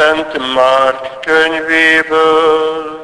Szent Márk könyvéből.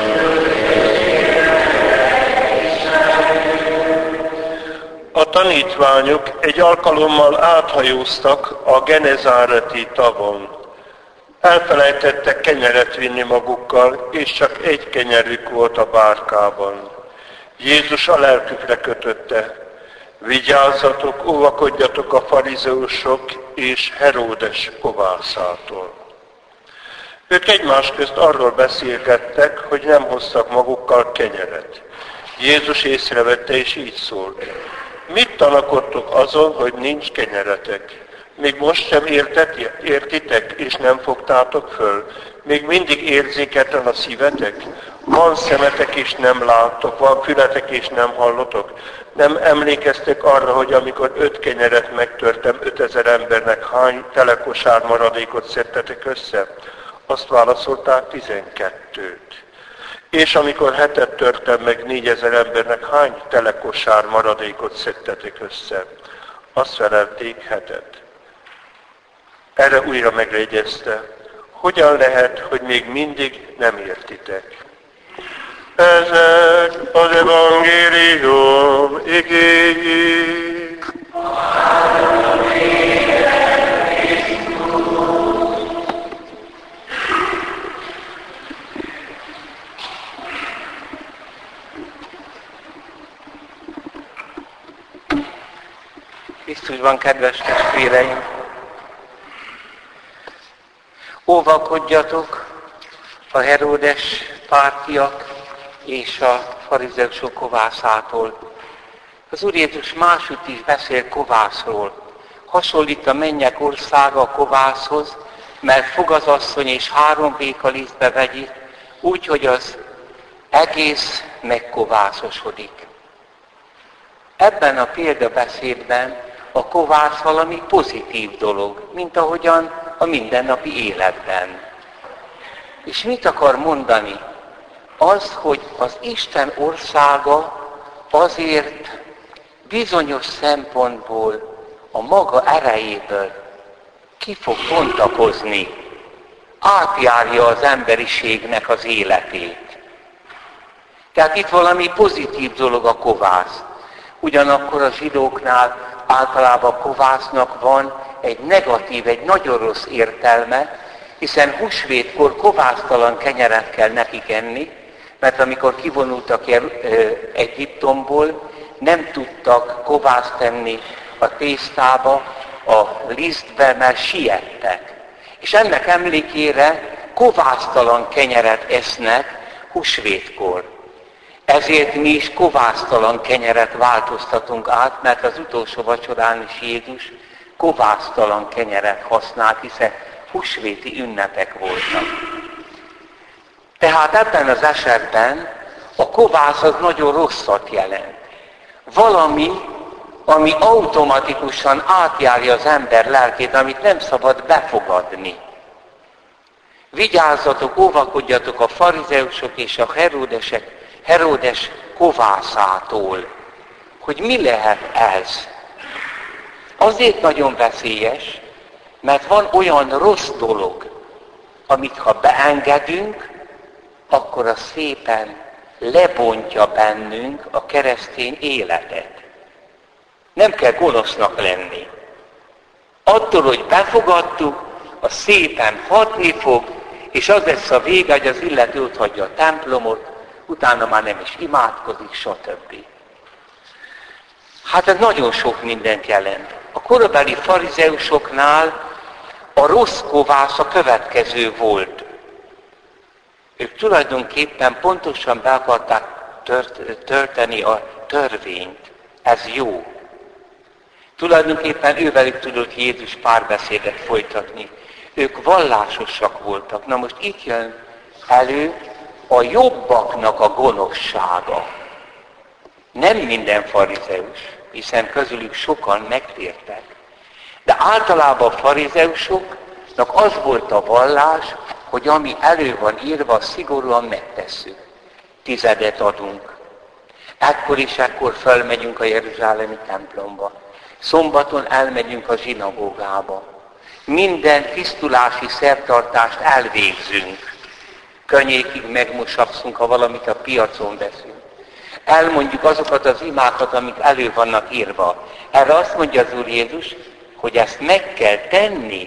A tanítványok egy alkalommal áthajóztak a Genezáreti tavon. Elfelejtettek kenyeret vinni magukkal, és csak egy kenyerük volt a bárkában. Jézus a lelkükre kötötte: vigyázzatok, óvakodjatok a farizeusok és Heródes kovászától. Ők egymás közt arról beszélgettek, hogy nem hoztak magukkal kenyeret. Jézus észrevette, és így szólt: mit tanakodtok azon, hogy nincs kenyeretek? Még most sem értitek, és nem fogtátok föl? Még mindig érzéketlen a szívetek? Van szemetek, és nem láttok, van fületek, és nem hallotok? Nem emlékeztek arra, hogy amikor 5 kenyeret megtörtem 5000 embernek, hány telekosár maradékot szedtetek össze? Azt válaszolták: 12-t. És amikor 7-et törtem meg 4000 embernek, hány telekosár maradékot szedtetek össze? Azt felelték: 7-et. Erre újra megjegyezte: hogyan lehet, hogy még mindig nem értitek? Ezek az evangélium igéi. Krisztusban, kedves testvéreim! Óvakodjatok a Heródes pártiak és a farizeusok kovászától. Az Úr Jézus másutt is beszél kovászról. Hasonlít a mennyek országa a kovászhoz, mert fog az asszony és 3 béka lisztbe vegyi, úgy, hogy az egész megkovászosodik. Ebben a példabeszédben a kovász valami pozitív dolog, mint ahogyan a mindennapi életben. És mit akar mondani? Az, hogy az Isten országa azért bizonyos szempontból a maga erejéből ki fog bontakozni, átjárja az emberiségnek az életét. Tehát itt valami pozitív dolog a kovász. Ugyanakkor a zsidóknál általában a kovásznak van egy negatív, egy nagyon rossz értelme, hiszen húsvétkor kovásztalan kenyeret kell nekik enni, mert amikor kivonultak Egyiptomból, nem tudtak kovászt tenni a tésztába, a lisztbe, mert siettek. És ennek emlékére kovásztalan kenyeret esznek húsvétkor. Ezért mi is kovásztalan kenyeret változtatunk át, mert az utolsó vacsorán is Jézus kovásztalan kenyeret használt, hiszen húsvéti ünnepek voltak. Tehát ebben az esetben a kovász az nagyon rosszat jelent. Valami, ami automatikusan átjárja az ember lelkét, amit nem szabad befogadni. Vigyázzatok, óvakodjatok a farizeusok és a Heródes kovászától. Hogy mi lehet ez? Azért nagyon veszélyes, mert van olyan rossz dolog, amit ha beengedünk, akkor az szépen lebontja bennünk a keresztény életet. Nem kell gonosznak lenni. Attól, hogy befogadtuk, az szépen hatni fog, és az lesz a vége, hogy az illető ott hagyja a templomot, utána már nem is imádkozik, stb. Hát ez nagyon sok mindent jelent. A korabeli farizeusoknál a rossz kovász a következő volt. Ők tulajdonképpen pontosan be akarták tölteni a törvényt. Ez jó. Tulajdonképpen ővelük tudott Jézus párbeszédet folytatni. Ők vallásosak voltak. Na most itt jön elő a jobbaknak a gonoszsága. Nem minden farizeus, hiszen közülük sokan megtértek. De általában a farizeusoknak az volt a vallás, hogy ami elő van írva, szigorúan megtesszük. 10 adunk. Ekkor és ekkor felmegyünk a jeruzsálemi templomba. Szombaton elmegyünk a zsinagógába. minden tisztulási szertartást elvégzünk. Könnyékig megmosakszunk, ha valamit a piacon veszünk. Elmondjuk azokat az imákat, amik elő vannak írva. Erre azt mondja az Úr Jézus, hogy ezt meg kell tenni,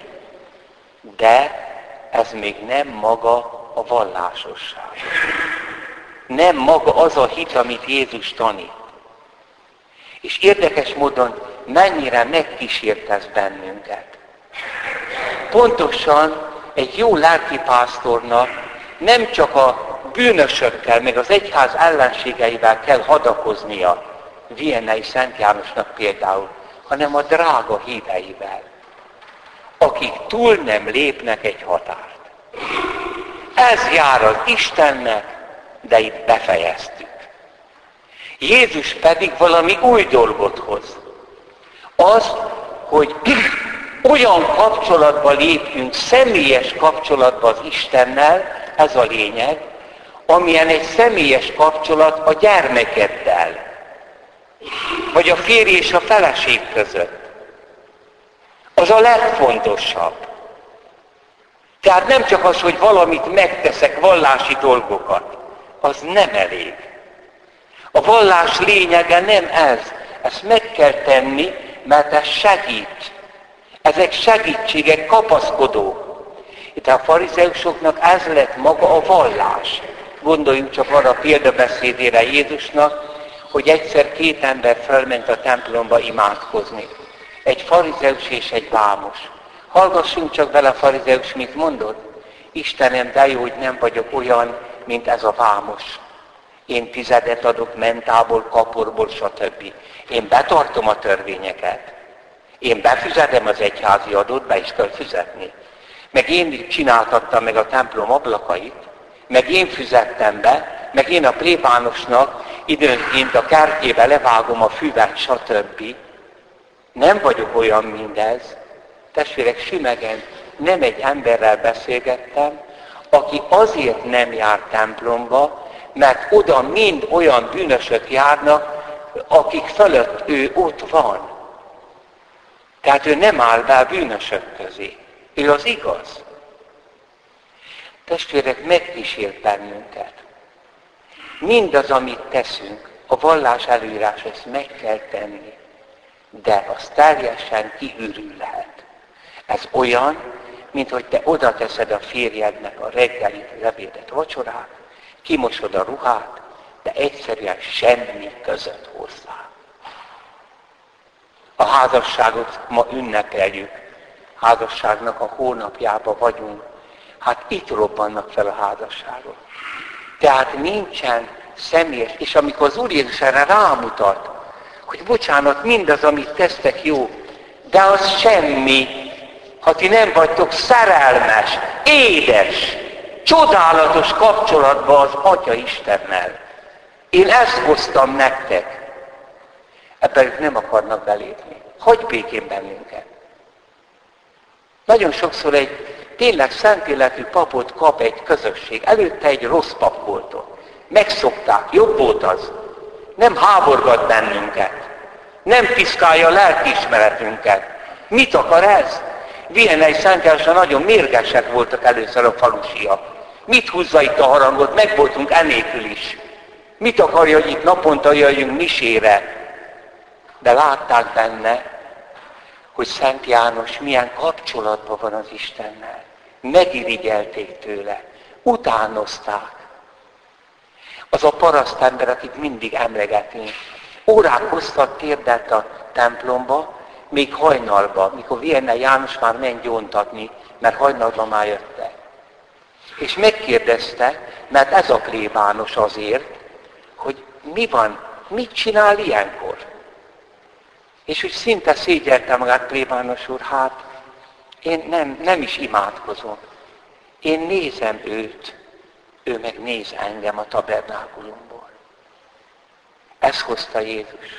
de ez még nem maga a vallásosság. Nem maga az a hit, amit Jézus tanít. És érdekes módon mennyire megkísért ez bennünket. Pontosan egy jó lelkipásztornak nem csak a bűnösökkel, meg az egyház ellenségeivel kell hadakoznia, Viennei Szent Jánosnak például, hanem a drága híveivel, akik túl nem lépnek egy határt. Ez jár az Istennek, de itt befejeztük. Jézus pedig valami új dolgot hoz. Az, hogy olyan kapcsolatba lépjünk, személyes kapcsolatba az Istennel, ez a lényeg, amilyen egy személyes kapcsolat a gyermekeddel, vagy a férj és a feleség között. Az a legfontosabb. Tehát nem csak az, hogy valamit megteszek, vallási dolgokat, az nem elég. A vallás lényege nem ez. Ezt meg kell tenni, mert ez segít. Ezek segítségek, kapaszkodók. Itt a farizeusoknak ez lett maga a vallás. Gondoljunk csak arra a példabeszédére Jézusnak, hogy egyszer 2 ember felment a templomba imádkozni. Egy farizeus és egy vámos. Hallgassunk csak bele, a farizeus mit mondott? Istenem, de jó, hogy nem vagyok olyan, mint ez a vámos. Én 10 adok mentából, kaporból, stb. Én betartom a törvényeket. Én befizetem az egyházi adót, be is kell fizetni. Meg én csináltattam meg a templom ablakait, meg én fizettem be, meg én a plébánosnak időnként a kertjébe levágom a füvet, stb. Nem vagyok olyan mindez. Testvérek, sümegen nem egy emberrel beszélgettem, aki azért nem jár templomba, mert oda mind olyan bűnösök járnak, akik fölött ő ott van. Tehát ő nem áll be a bűnösök közé. Ő az igaz. Testvérek, megkísért bennünket. Mindaz, amit teszünk, a vallás előírás, ezt meg kell tenni. De az teljesen kiürülhet. Ez olyan, mint hogy te oda teszed a férjednek a reggelit, az ebédet, vacsorát, kimosod a ruhát, de egyszerűen semmi között hozzá. A házasságot ma ünnepeljük. Házasságnak a hónapjában vagyunk. Hát itt robbannak fel a házasságok. Tehát nincsen személyes, és amikor az Úr Jézus erre rámutat, hogy bocsánat, mindaz, amit tesztek jó, de az semmi, ha ti nem vagytok szerelmes, édes, csodálatos kapcsolatban az Atya Istennel. Én ezt hoztam nektek. Ebben ők nem akarnak belépni. Hagyj békén bennünket. Nagyon sokszor egy tényleg szent életű papot kap egy közösség. Előtte egy rossz pap volt. Megszokták, jobb volt az. Nem háborgat bennünket. Nem piszkálja a lelkiismeretünket. Mit akar ez? Viennei Szent Jánosra nagyon mérgesek voltak először a falusiak. Mit húzza itt a harangot? Meg voltunk enélkül is. Mit akarja, hogy itt naponta jöjjünk misére? De látták benne, hogy Szent János milyen kapcsolatban van az Istennel. Megirigyelték tőle. Utánozták. Az a parasztember, akit mindig emlegetünk. Órák hosszat térdelt a templomba, még hajnalba, mikor Viennei János már ment gyóntatni, mert hajnalban már jöttek. És megkérdezte, mert ez a plébános azért, hogy mi van, mit csinál ilyenkor? És úgy szinte szégyelte magát plébános úr, hát én nem is imádkozom. Én nézem őt, ő meg néz engem a tabernákulumból. Ez hozta Jézus.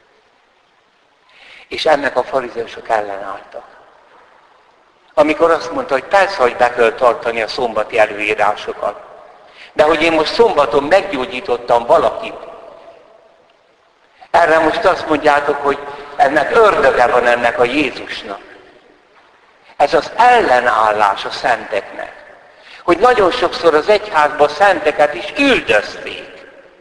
És ennek a farizeusok ellenálltak. Amikor azt mondta, hogy persze, hogy be kell tartani a szombati előírásokat. De hogy én most szombaton meggyógyítottam valakit, erre most azt mondjátok, hogy ennek ördöge van ennek a Jézusnak. Ez az ellenállás a szenteknek. Hogy nagyon sokszor az egyházban szenteket is üldözték.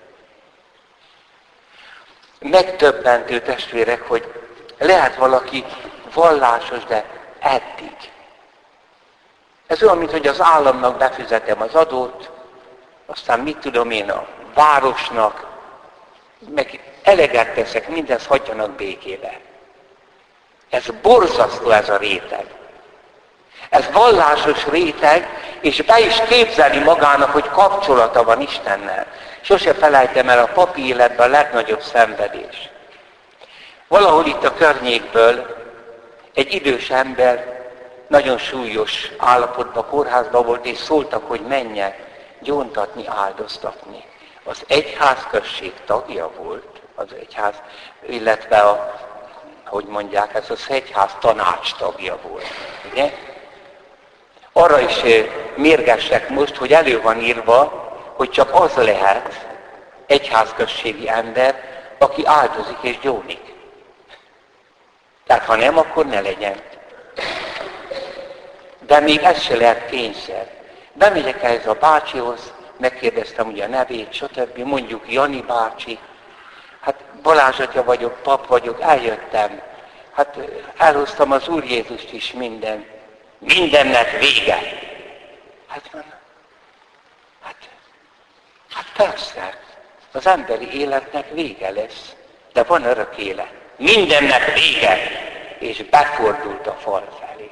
Megdöbbentő, testvérek, hogy lehet valaki vallásos, de eddig. Ez olyan, mint hogy az államnak befizetem az adót, aztán mit tudom én a városnak, meg eleget teszek, mindezt hagyjanak békébe. Ez borzasztó, ez a réteg. Ez vallásos réteg, és be is képzeli magának, hogy kapcsolata van Istennel. Sose felejtem el a papi életben a legnagyobb szenvedés. Valahol itt a környékből egy idős ember nagyon súlyos állapotban, kórházban volt, és szóltak, hogy menjek gyóntatni, áldoztatni. Az egyházközség tagja volt, az egyház, illetve hogy mondják, ez az egyház tanács tagja volt. Ugye? Arra is mérgesek most, hogy elő van írva, hogy csak az lehet egyházközségi ember, aki áldozik és gyónik. Tehát ha nem, akkor ne legyen. De még ez se lehet kényszer. Bemegyek ehhez a bácsihoz, megkérdeztem ugye a nevét, stb. Mondjuk Jani bácsi. Hát Balázs atya vagyok, pap vagyok, eljöttem. Hát elhoztam az Úr Jézust is mindennek vége. Hát persze, az emberi életnek vége lesz, de van örök élet. Mindennek vége, és befordult a fal felé.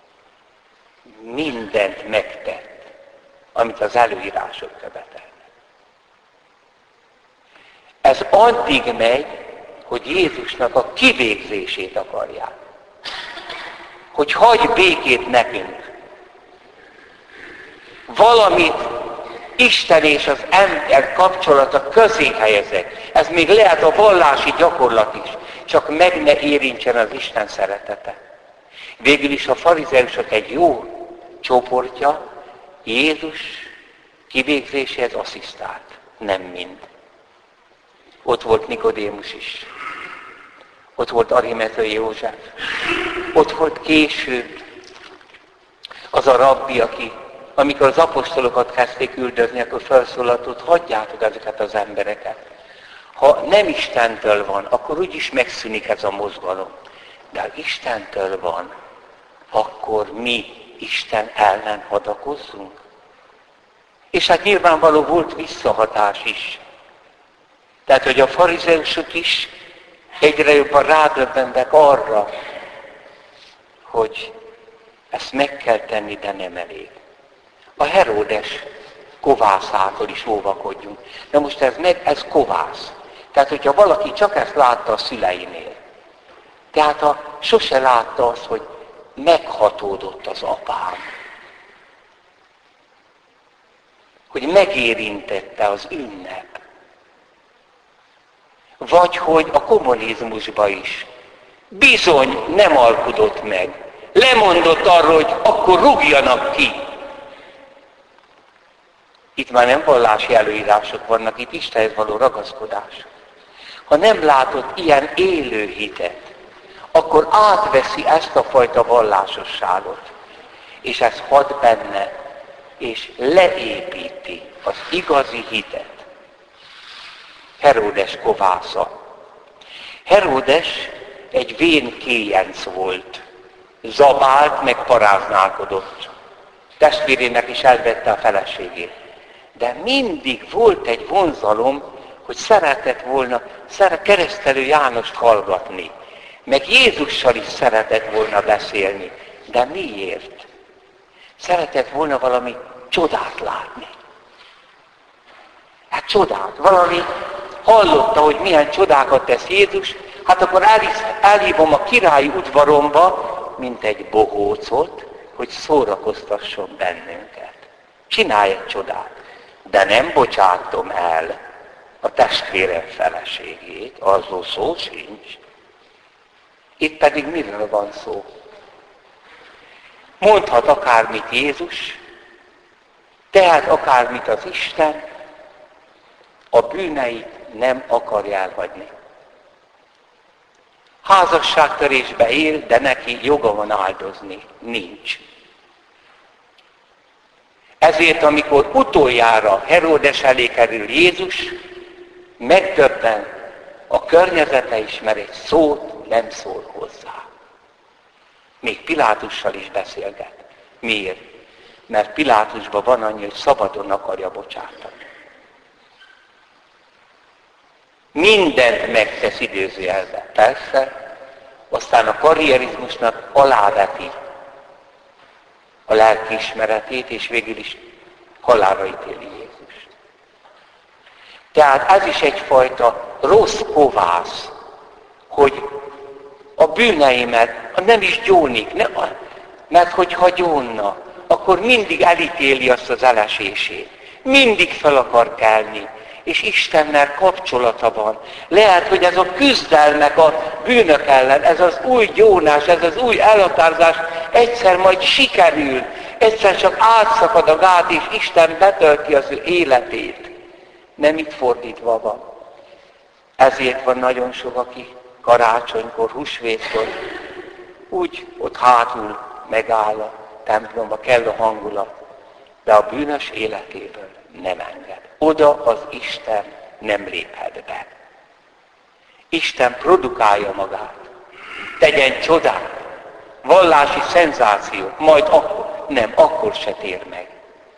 Mindent megtett, amit az előírások követelnek. Ez addig megy, hogy Jézusnak a kivégzését akarják. Hogy hagyj békét nekünk. Valamit Isten és az ember kapcsolata közé helyezek. Ez még lehet a vallási gyakorlat is. Csak meg ne érintsen az Isten szeretete. Végül is a farizeusok egy jó csoportja Jézus kivégzéséhez asszisztált. Nem mind. Ott volt Nikodémus is. Ott volt Arimathei József. Ott volt később az a rabbi, amikor az apostolokat kezdték üldözni, akkor felszólaltott, hagyjátok ezeket az embereket. Ha nem Istentől van, akkor úgyis megszűnik ez a mozgalom. De ha Istentől van, akkor mi Isten ellen hadakozzunk. És hát nyilvánvaló volt visszahatás is. Tehát, hogy a farizeusok is egyre jobban rádöbbentek arra, hogy ezt meg kell tenni, de nem elég. A Heródes kovászától is óvakodjunk. De most ez kovász. Tehát, hogyha valaki csak ezt látta a szüleinél, tehát sose látta azt, hogy meghatódott az apám. Hogy megérintette az ünnep. Vagy hogy a kommunizmusba is bizony nem alkudott meg. Lemondott arról, hogy akkor rúgjanak ki. Itt már nem vallási előírások vannak, itt Istenhez való ragaszkodás. Ha nem látott ilyen élő hitet, akkor átveszi ezt a fajta vallásosságot, és ez hat benne, és leépíti az igazi hitet. Heródes kovásza. Heródes egy vén kéjenc volt. Zabált, meg paráználkodott. Testvérének is elvette a feleségét. De mindig volt egy vonzalom, hogy szeretett volna keresztelő Jánost hallgatni. Meg Jézussal is szeretett volna beszélni. De miért? Szeretett volna valami csodát látni. Hát csodát. Valami hallotta, hogy milyen csodákat tesz Jézus, hát akkor elhívom a királyi udvaromba, mint egy bohócot, hogy szórakoztasson bennünket. Csinálj egy csodát. De nem bocsátom el a testvérem feleségét, azról szó sincs. Itt pedig miről van szó? Mondhat akármit Jézus, tehet akármit az Isten, a bűneit nem akarja elhagyni. Házasságtörésbe él, de neki joga van áldozni. Nincs. Ezért, amikor utoljára Heródes elé kerül Jézus, megdöbben, a környezete is, mert egy szót nem szól hozzá. Még Pilátussal is beszélget. Miért? Mert Pilátusban van annyi, hogy szabadon akarja bocsátani. Mindent megtesz idézőjelben. Persze, aztán a karrierizmusnak aláveti a lelkiismeretét, és végül is halálra ítéli Jézust. Tehát ez is egyfajta rossz kovász, hogy a bűneimet nem is gyónik, mert hogyha gyónna, akkor mindig elítéli azt az elesését. Mindig fel akar kelni, és Istennel kapcsolata van. Lehet, hogy ez a küzdelmek a bűnök ellen, ez az új gyónás, ez az új elhatárzás egyszer majd sikerül, egyszer csak átszakad a gát, és Isten betölti az ő életét. Nem itt fordítva van. Ezért van nagyon sok, aki karácsonykor, húsvétkor úgy ott hátul megáll a templomba, kell a hangulat, de a bűnös életéből nem enged. Oda az Isten nem léphet be. Isten produkálja magát. Tegyen csodát, vallási szenzációt, majd akkor se tér meg.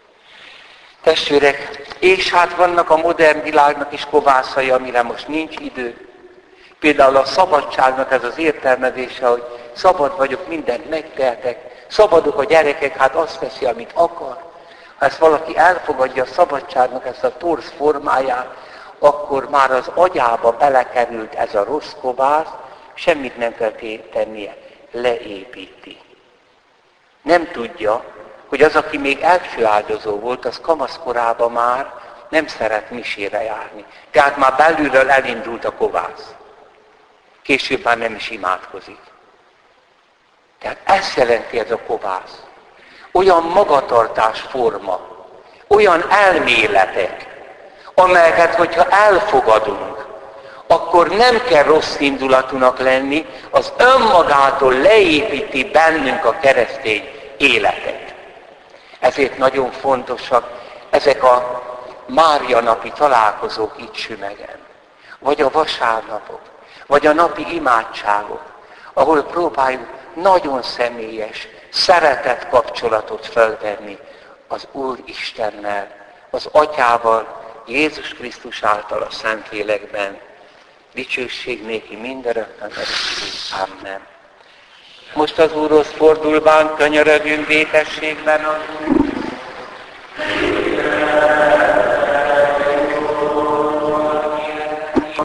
Testvérek, és hát vannak a modern világnak is kovászai, amire most nincs idő. Például a szabadságnak ez az értelmezése, hogy szabad vagyok, mindent megtehetek, szabadok a gyerekek, hát azt teszi, amit akar. Ha ezt valaki elfogadja a szabadságnak ezt a torz formáját, akkor már az agyába belekerült ez a rossz kovász, semmit nem kell tennie, leépíti. Nem tudja, hogy az, aki még első áldozó volt, az kamaszkorában már nem szeret misére járni. Tehát már belülről elindult a kovász. Később már nem is imádkozik. Tehát ezt jelenti ez a kovász. Olyan magatartásforma, olyan elméletek, amelyeket, hogyha elfogadunk, akkor nem kell rossz indulatúnak lenni, az önmagától leépíti bennünk a keresztény életet. Ezért nagyon fontosak ezek a Mária napi találkozók itt Sümegen, vagy a vasárnapok, vagy a napi imádságok, ahol próbáljuk nagyon személyes, szeretett kapcsolatot felvenni az Úr Istennel, az Atyával, Jézus Krisztus által a Szentlélekben. Dicsőség néki mindörökkön örökké. Amen. Most az Úrhoz fordulván, könyörögünk békességben az Úr.